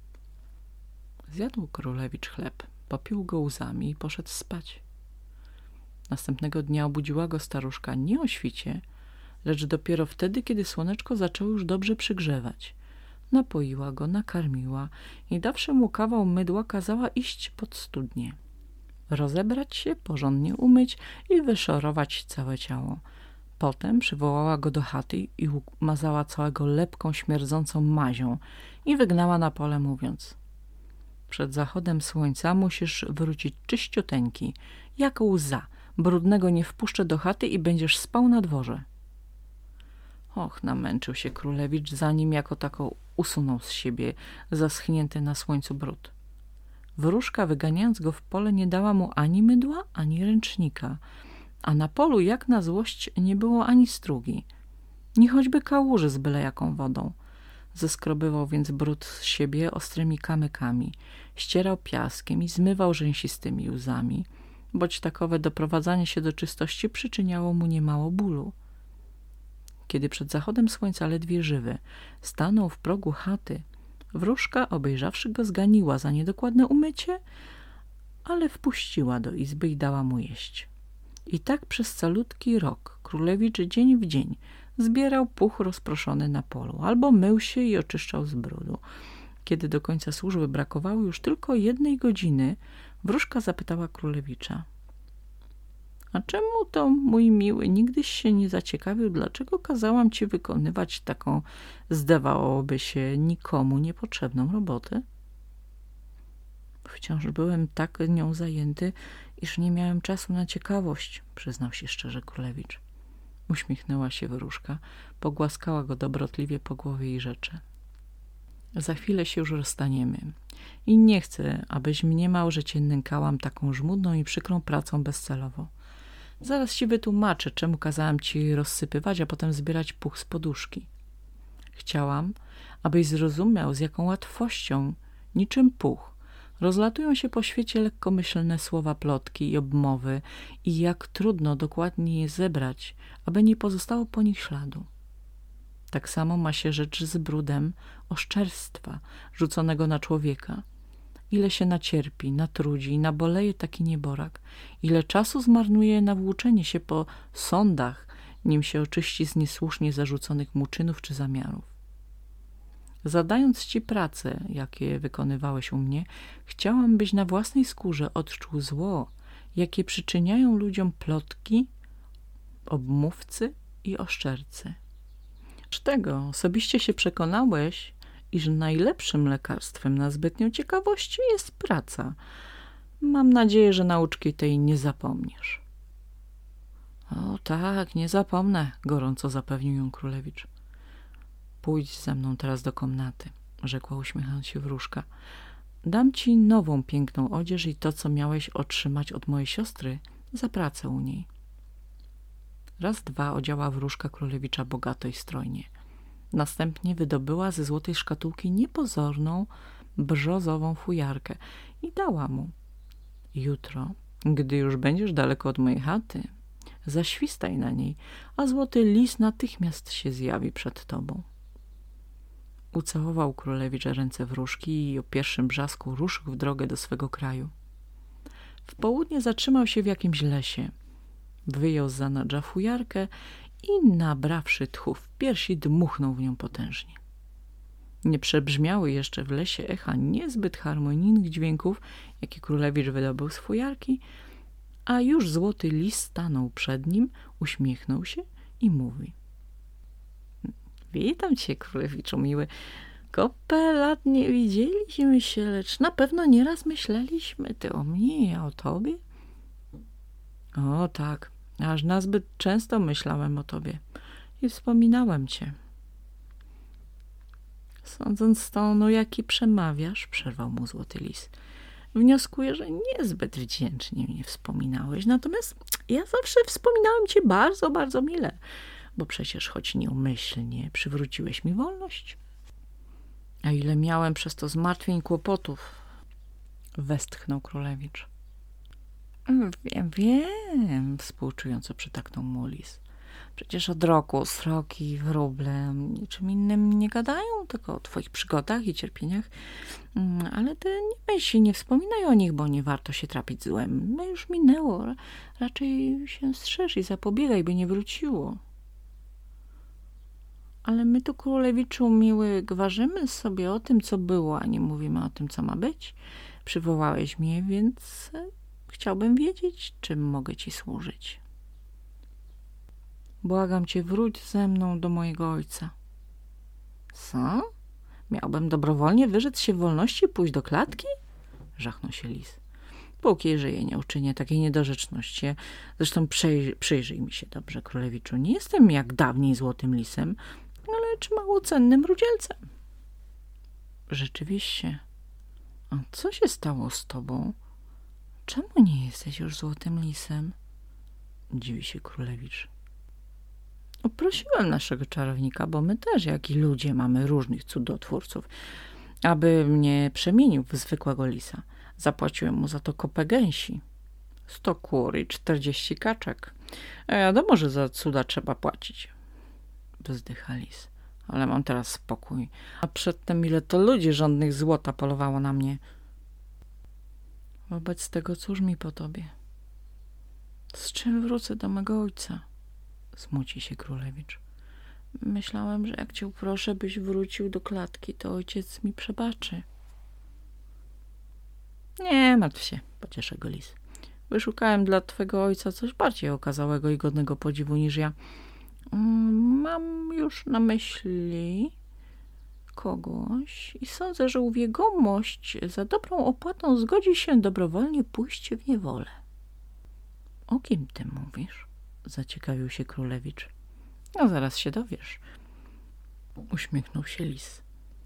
Zjadł królewicz chleb, popił go łzami i poszedł spać. Następnego dnia obudziła go staruszka nie o świcie, lecz dopiero wtedy, kiedy słoneczko zaczęło już dobrze przygrzewać. Napoiła go, nakarmiła i dawszy mu kawał mydła, kazała iść pod studnię, rozebrać się, porządnie umyć i wyszorować całe ciało. Potem przywołała go do chaty i umazała całego lepką, śmierdzącą mazią i wygnała na pole, mówiąc: przed zachodem słońca musisz wrócić czyściuteńki, jak łza, brudnego nie wpuszczę do chaty i będziesz spał na dworze. Och, namęczył się królewicz, zanim jako tako usunął z siebie zaschnięty na słońcu brud. Wróżka, wyganiając go w pole, nie dała mu ani mydła, ani ręcznika, a na polu, jak na złość, nie było ani strugi, ni choćby kałuży z byle jaką wodą. Zeskrobywał więc brud z siebie ostrymi kamykami, ścierał piaskiem i zmywał rzęsistymi łzami, boć takowe doprowadzanie się do czystości przyczyniało mu niemało bólu. Kiedy przed zachodem słońca ledwie żywy stanął w progu chaty, Wróżka, obejrzawszy go, zganiła za niedokładne umycie, ale wpuściła do izby i dała mu jeść. I tak przez calutki rok królewicz dzień w dzień zbierał puch rozproszony na polu, albo mył się i oczyszczał z brudu. Kiedy do końca służby brakowało już tylko jednej godziny, Wróżka zapytała królewicza: a czemu to, mój miły, nigdyś się nie zaciekawił, dlaczego kazałam ci wykonywać taką, zdawałoby się, nikomu niepotrzebną robotę? Wciąż byłem tak nią zajęty, iż nie miałem czasu na ciekawość, przyznał się szczerze królewicz. Uśmiechnęła się Wróżka, pogłaskała go dobrotliwie po głowie i rzeczy: Za chwilę się już rozstaniemy i nie chcę, abyś mniemał, że cię nękałam taką żmudną i przykrą pracą bezcelowo. Zaraz ci wytłumaczę, czemu kazałam ci rozsypywać, a potem zbierać puch z poduszki. Chciałam, abyś zrozumiał, z jaką łatwością, niczym puch, rozlatują się po świecie lekkomyślne słowa, plotki i obmowy i jak trudno dokładnie je zebrać, aby nie pozostało po nich śladu. Tak samo ma się rzecz z brudem oszczerstwa rzuconego na człowieka. Ile się nacierpi, natrudzi i naboleje taki nieborak, ile czasu zmarnuje na włóczenie się po sądach, nim się oczyści z niesłusznie zarzuconych mu czynów czy zamiarów. Zadając ci prace, jakie wykonywałeś u mnie, chciałam, byś na własnej skórze odczuł zło, jakie przyczyniają ludziom plotki, obmówcy i oszczercy. Z tego osobiście się przekonałeś, iż najlepszym lekarstwem na zbytnią ciekawość jest praca. Mam nadzieję, że nauczki tej nie zapomnisz. O tak, nie zapomnę, gorąco zapewnił ją królewicz. Pójdź ze mną teraz do komnaty, rzekła uśmiechając się wróżka. Dam ci nową, piękną odzież i to, co miałeś otrzymać od mojej siostry za pracę u niej. Raz dwa odziała wróżka królewicza bogato i strojnie. Następnie wydobyła ze złotej szkatułki niepozorną, brzozową fujarkę i dała mu. Jutro, gdy już będziesz daleko od mojej chaty, zaświstaj na niej, a złoty lis natychmiast się zjawi przed tobą. Ucałował królewicz ręce wróżki i o pierwszym brzasku ruszył w drogę do swego kraju. W południe zatrzymał się w jakimś lesie. Wyjął z zanadrza fujarkę i nabrawszy tchu w piersi, dmuchnął w nią potężnie. Nie przebrzmiały jeszcze w lesie echa niezbyt harmonijnych dźwięków, jakie królewicz wydobył z fujarki, a już złoty lis stanął przed nim, uśmiechnął się i mówi: witam cię, królewiczu miły. Kopę lat nie widzieliśmy się, lecz na pewno nieraz myśleliśmy, ty o mnie, ja o tobie. O tak, aż nazbyt często myślałem o tobie i wspominałem cię. Sądząc z tonu, jaki przemawiasz, przerwał mu złoty lis, wnioskuję, że niezbyt wdzięcznie mnie wspominałeś, natomiast ja zawsze wspominałem cię bardzo, bardzo mile, bo przecież choć nieumyślnie przywróciłeś mi wolność. A ile miałem przez to zmartwień i kłopotów, westchnął królewicz. Wiem, wiem, współczująco przytaknął mu lis. Przecież od roku sroki, wróble, niczym innym nie gadają, tylko o twoich przygodach i cierpieniach. Ale ty nie myśl, nie wspominaj o nich, bo nie warto się trapić złem. No już minęło, raczej się strzeż i zapobiegaj, by nie wróciło. Ale my tu, królewiczu miły, gwarzymy sobie o tym, co było, a nie mówimy o tym, co ma być. Przywołałeś mnie, więc chciałbym wiedzieć, czym mogę ci służyć. Błagam cię, wróć ze mną do mojego ojca. Co? Miałbym dobrowolnie wyrzec się wolności i pójść do klatki? Żachnął się lis. Póki żyję, nie uczynię takiej niedorzeczności. Zresztą przyjrzyj, przyjrzyj mi się dobrze, królewiczu. Nie jestem jak dawniej złotym lisem, lecz mało cennym rudzielcem. Rzeczywiście. A co się stało z tobą? Czemu nie jesteś już złotym lisem? Dziwi się królewicz. Prosiłem naszego czarownika, bo my też, jak i ludzie, mamy różnych cudotwórców, aby mnie przemienił w zwykłego lisa. Zapłaciłem mu za to kopę gęsi, sto kur i czterdzieści kaczek. A wiadomo, że za cuda trzeba płacić. Wzdycha lis. Ale mam teraz spokój. A przedtem ile to ludzi żądnych złota polowało na mnie. Wobec tego cóż mi po tobie? Z czym wrócę do mego ojca? Smuci się królewicz. Myślałem, że jak cię uproszę, byś wrócił do klatki, to ojciec mi przebaczy. Nie martw się, pocieszy go lis. Wyszukałem dla twego ojca coś bardziej okazałego i godnego podziwu niż ja. Mam już na myśli kogoś i sądzę, że ów jegomość za dobrą opłatą zgodzi się dobrowolnie pójść w niewolę. O kim ty mówisz? Zaciekawił się królewicz. No zaraz się dowiesz. Uśmiechnął się lis.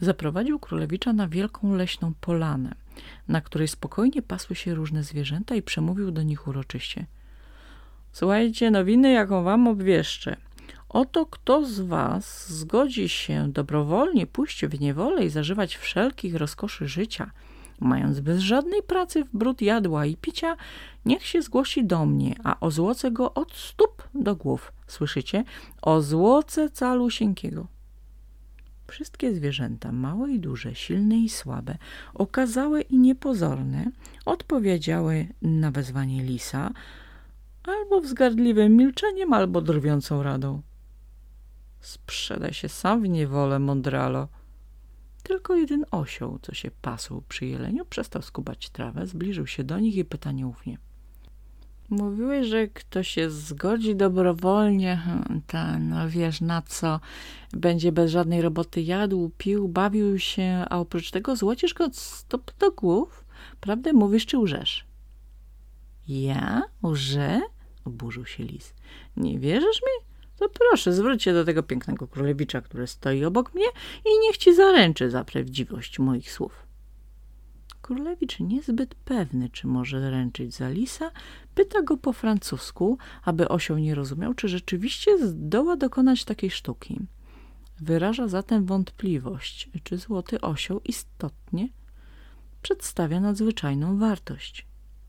Zaprowadził królewicza na wielką leśną polanę, na której spokojnie pasły się różne zwierzęta i przemówił do nich uroczyście. Słuchajcie nowiny, jaką wam obwieszczę. Oto kto z was zgodzi się dobrowolnie pójść w niewolę i zażywać wszelkich rozkoszy życia, mając bez żadnej pracy w bród jadła i picia, niech się zgłosi do mnie, a ozłocę go od stóp do głów. Słyszycie? Ozłocę calusieńkiego. Wszystkie zwierzęta, małe i duże, silne i słabe, okazałe i niepozorne, odpowiedziały na wezwanie lisa albo wzgardliwym milczeniem, albo drwiącą radą. Sprzedaj się sam w niewolę, mądralo. Tylko jeden osioł, co się pasł przy jeleniu, przestał skubać trawę, zbliżył się do nich i pyta nieufnie. Mówiłeś, że kto się zgodzi dobrowolnie, ten, no wiesz na co, będzie bez żadnej roboty jadł, pił, bawił się, a oprócz tego złocisz go od stóp do głów? Prawdę mówisz czy łżesz? Ja? Łżę? Oburzył się lis. Nie wierzysz mi? To proszę, zwróć się do tego pięknego królewicza, który stoi obok mnie i niech ci zaręczy za prawdziwość moich słów. Królewicz, niezbyt pewny, czy może ręczyć za lisa, pyta go po francusku, aby osioł nie rozumiał, czy rzeczywiście zdoła dokonać takiej sztuki. Wyraża zatem wątpliwość, czy złoty osioł istotnie przedstawia nadzwyczajną wartość.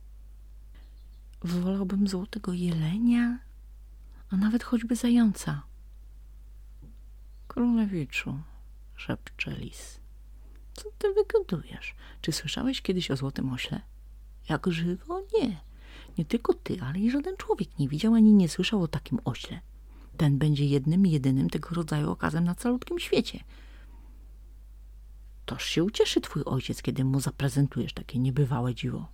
Wolałbym złotego jelenia, a nawet choćby zająca. Królewiczu, szepcze lis, co ty wygadujesz? Czy słyszałeś kiedyś o złotym ośle? Jak żywo? Nie. Nie tylko ty, ale i żaden człowiek nie widział ani nie słyszał o takim ośle. Ten będzie jednym, jedynym tego rodzaju okazem na calutkim świecie. Toż się ucieszy twój ojciec, kiedy mu zaprezentujesz takie niebywałe dziwo.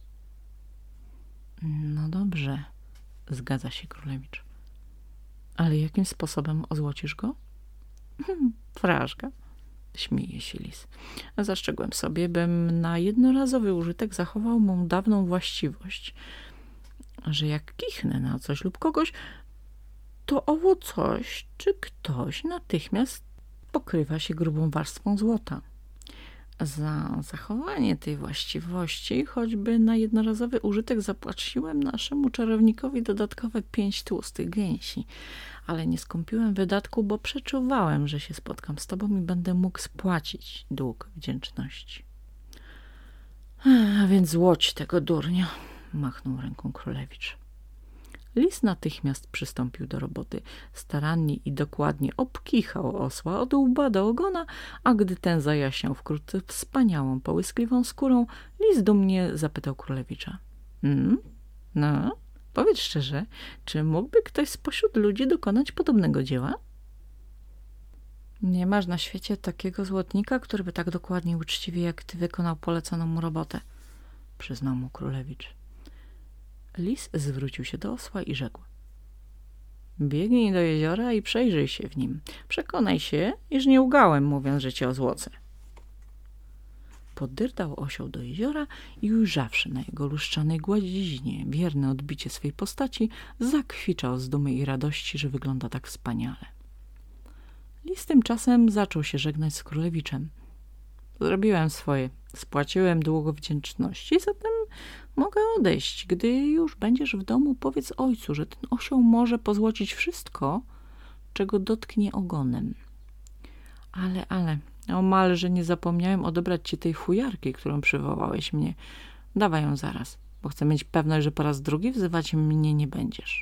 No dobrze, zgadza się królewicz. Ale jakim sposobem ozłocisz go? Frażka. Śmieje się lis. Zastrzegłem sobie, bym na jednorazowy użytek zachował mą dawną właściwość, że jak kichnę na coś lub kogoś, to owo coś czy ktoś natychmiast pokrywa się grubą warstwą złota. Za zachowanie tej właściwości, choćby na jednorazowy użytek, zapłaciłem naszemu czarownikowi dodatkowe pięć tłustych gęsi, ale nie skąpiłem wydatku, bo przeczuwałem, że się spotkam z tobą i będę mógł spłacić dług wdzięczności. A więc złoć tego durnia, machnął ręką królewicz. Lis natychmiast przystąpił do roboty. Starannie i dokładnie obkichał osła od łba do ogona, a gdy ten zajaśniał wkrótce wspaniałą, połyskliwą skórą, lis dumnie zapytał królewicza. Hmm? No, powiedz szczerze, czy mógłby ktoś spośród ludzi dokonać podobnego dzieła? Nie masz na świecie takiego złotnika, który by tak dokładnie i uczciwie jak ty wykonał poleconą mu robotę, przyznał mu królewicz. Lis zwrócił się do osła i rzekł. Biegnij do jeziora i przejrzyj się w nim. Przekonaj się, iż nie ugałem, mówiąc, że cię ozłocę. Podyrdał osioł do jeziora i ujrzawszy na jego luszczanej gładziźnie wierne odbicie swej postaci, zakwiczał z dumy i radości, że wygląda tak wspaniale. Lis tymczasem zaczął się żegnać z królewiczem. Zrobiłem swoje, spłaciłem dług wdzięczności, zatem mogę odejść. Gdy już będziesz w domu, powiedz ojcu, że ten osioł może pozłocić wszystko, czego dotknie ogonem. Ale, ale, omal, że nie zapomniałem odebrać ci tej fujarki, którą przywołałeś mnie. Dawaj ją zaraz, bo chcę mieć pewność, że po raz drugi wzywać mnie nie będziesz.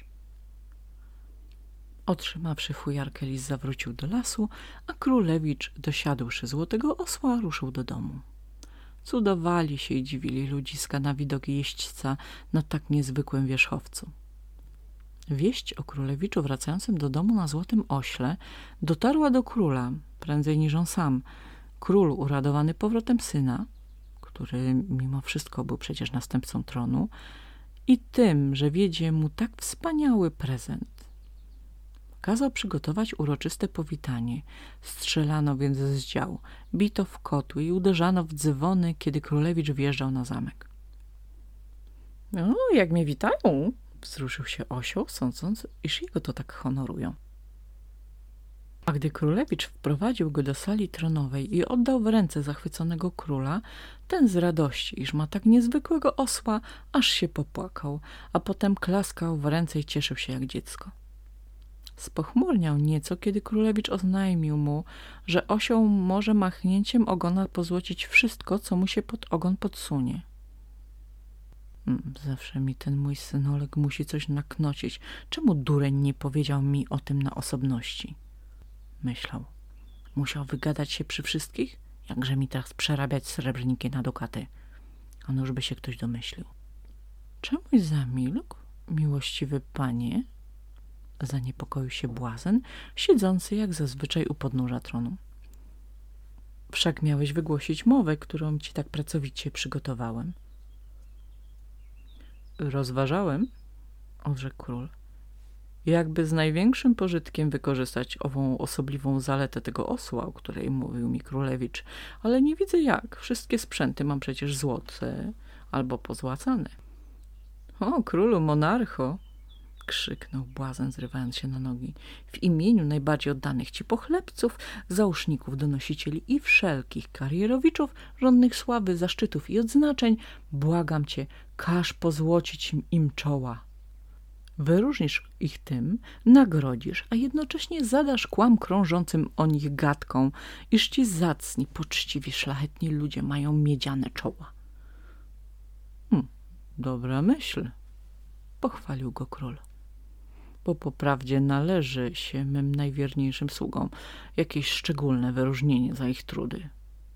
Otrzymawszy fujarkę, lis zawrócił do lasu, a królewicz, dosiadłszy złotego osła, ruszył do domu. Cudowali się i dziwili ludziska na widok jeźdźca na tak niezwykłym wierzchowcu. Wieść o królewiczu wracającym do domu na złotym ośle dotarła do króla, prędzej niż on sam. Król, uradowany powrotem syna, który mimo wszystko był przecież następcą tronu, i tym, że wiedzie mu tak wspaniały prezent, kazał przygotować uroczyste powitanie. Strzelano więc z dział, bito w kotły i uderzano w dzwony, kiedy królewicz wjeżdżał na zamek. — No, jak mnie witają! — wzruszył się osioł, sądząc, iż jego to tak honorują. A gdy królewicz wprowadził go do sali tronowej i oddał w ręce zachwyconego króla, ten z radości, iż ma tak niezwykłego osła, aż się popłakał, a potem klaskał w ręce i cieszył się jak dziecko. Spochmurniał nieco, kiedy królewicz oznajmił mu, że osioł może machnięciem ogona pozłocić wszystko, co mu się pod ogon podsunie. Zawsze mi ten mój synolek musi coś naknocić. Czemu dureń nie powiedział mi o tym na osobności? Myślał. Musiał wygadać się przy wszystkich? Jakże mi teraz przerabiać srebrniki na dukaty? A nuż by się ktoś domyślił. Czemuś zamilkł, miłościwy panie? Zaniepokoił się błazen, siedzący jak zazwyczaj u podnóża tronu. Wszak miałeś wygłosić mowę, którą ci tak pracowicie przygotowałem. Rozważałem, odrzekł król, jakby z największym pożytkiem wykorzystać ową osobliwą zaletę tego osła, o której mówił mi królewicz, ale nie widzę jak. Wszystkie sprzęty mam przecież złote albo pozłacane. O, królu monarcho, krzyknął błazen, zrywając się na nogi. W imieniu najbardziej oddanych ci pochlebców, załóżników, donosicieli i wszelkich karierowiczów, żądnych sławy, zaszczytów i odznaczeń, błagam cię, każ pozłocić im, im czoła. Wyróżnisz ich tym, nagrodzisz, a jednocześnie zadasz kłam krążącym o nich gadką, iż ci zacni, poczciwi, szlachetni ludzie mają miedziane czoła. Hm, dobra myśl, pochwalił go król. Bo po prawdzie należy się mym najwierniejszym sługom jakieś szczególne wyróżnienie za ich trudy.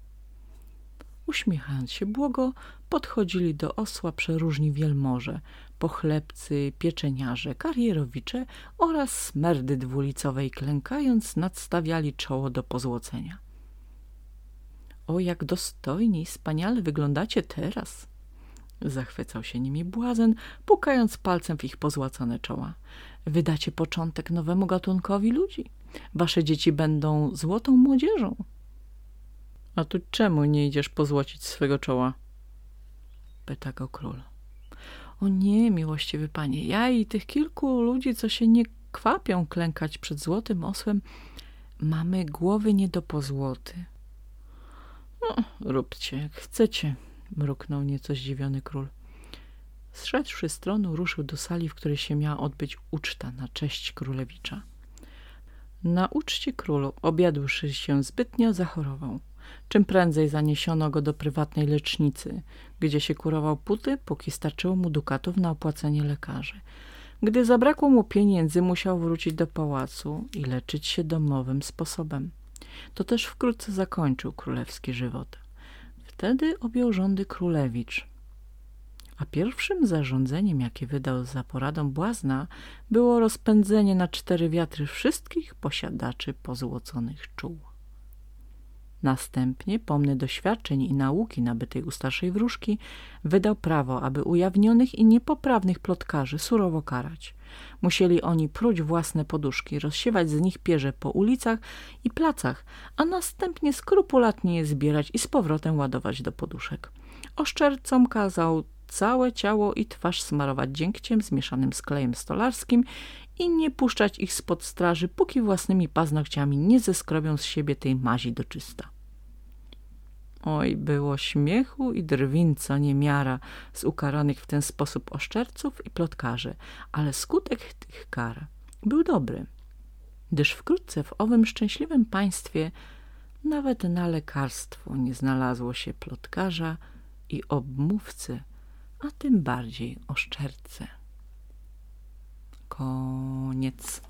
Uśmiechając się błogo, podchodzili do osła przeróżni wielmoże, pochlebcy, pieczeniarze, karierowicze oraz smerdy dwulicowe i klękając nadstawiali czoło do pozłocenia. O, jak dostojni, wspaniale wyglądacie teraz! Zachwycał się nimi błazen, pukając palcem w ich pozłacane czoła. Wydacie początek nowemu gatunkowi ludzi. Wasze dzieci będą złotą młodzieżą. A tu czemu nie idziesz pozłocić swego czoła? Pyta go król. O nie, miłościwy panie, ja i tych kilku ludzi, co się nie kwapią klękać przed złotym osłem, mamy głowy nie do pozłoty. No, róbcie jak chcecie, mruknął nieco zdziwiony król. Zszedłszy z tronu, ruszył do sali, w której się miała odbyć uczta na cześć królewicza. Na uczcie królu, objadłszy się zbytnio, zachorował. Czym prędzej zaniesiono go do prywatnej lecznicy, gdzie się kurował póty, póki starczyło mu dukatów na opłacenie lekarzy. Gdy zabrakło mu pieniędzy, musiał wrócić do pałacu i leczyć się domowym sposobem. To też wkrótce zakończył królewski żywot. Wtedy objął rządy królewicz, a pierwszym zarządzeniem, jakie wydał za poradą błazna, było rozpędzenie na cztery wiatry wszystkich posiadaczy pozłoconych czół. Następnie, pomny doświadczeń i nauki nabytej u starszej wróżki, wydał prawo, aby ujawnionych i niepoprawnych plotkarzy surowo karać. Musieli oni pruć własne poduszki, rozsiewać z nich pierze po ulicach i placach, a następnie skrupulatnie je zbierać i z powrotem ładować do poduszek. Oszczercom kazał całe ciało i twarz smarować dziękciem zmieszanym z klejem stolarskim i nie puszczać ich spod straży, póki własnymi paznokciami nie zeskrobią z siebie tej mazi do czysta. Oj, było śmiechu i drwinca niemiara z ukaranych w ten sposób oszczerców i plotkarzy, ale skutek tych kar był dobry, gdyż wkrótce w owym szczęśliwym państwie nawet na lekarstwo nie znalazło się plotkarza i obmówcy, a tym bardziej oszczercy. Koniec.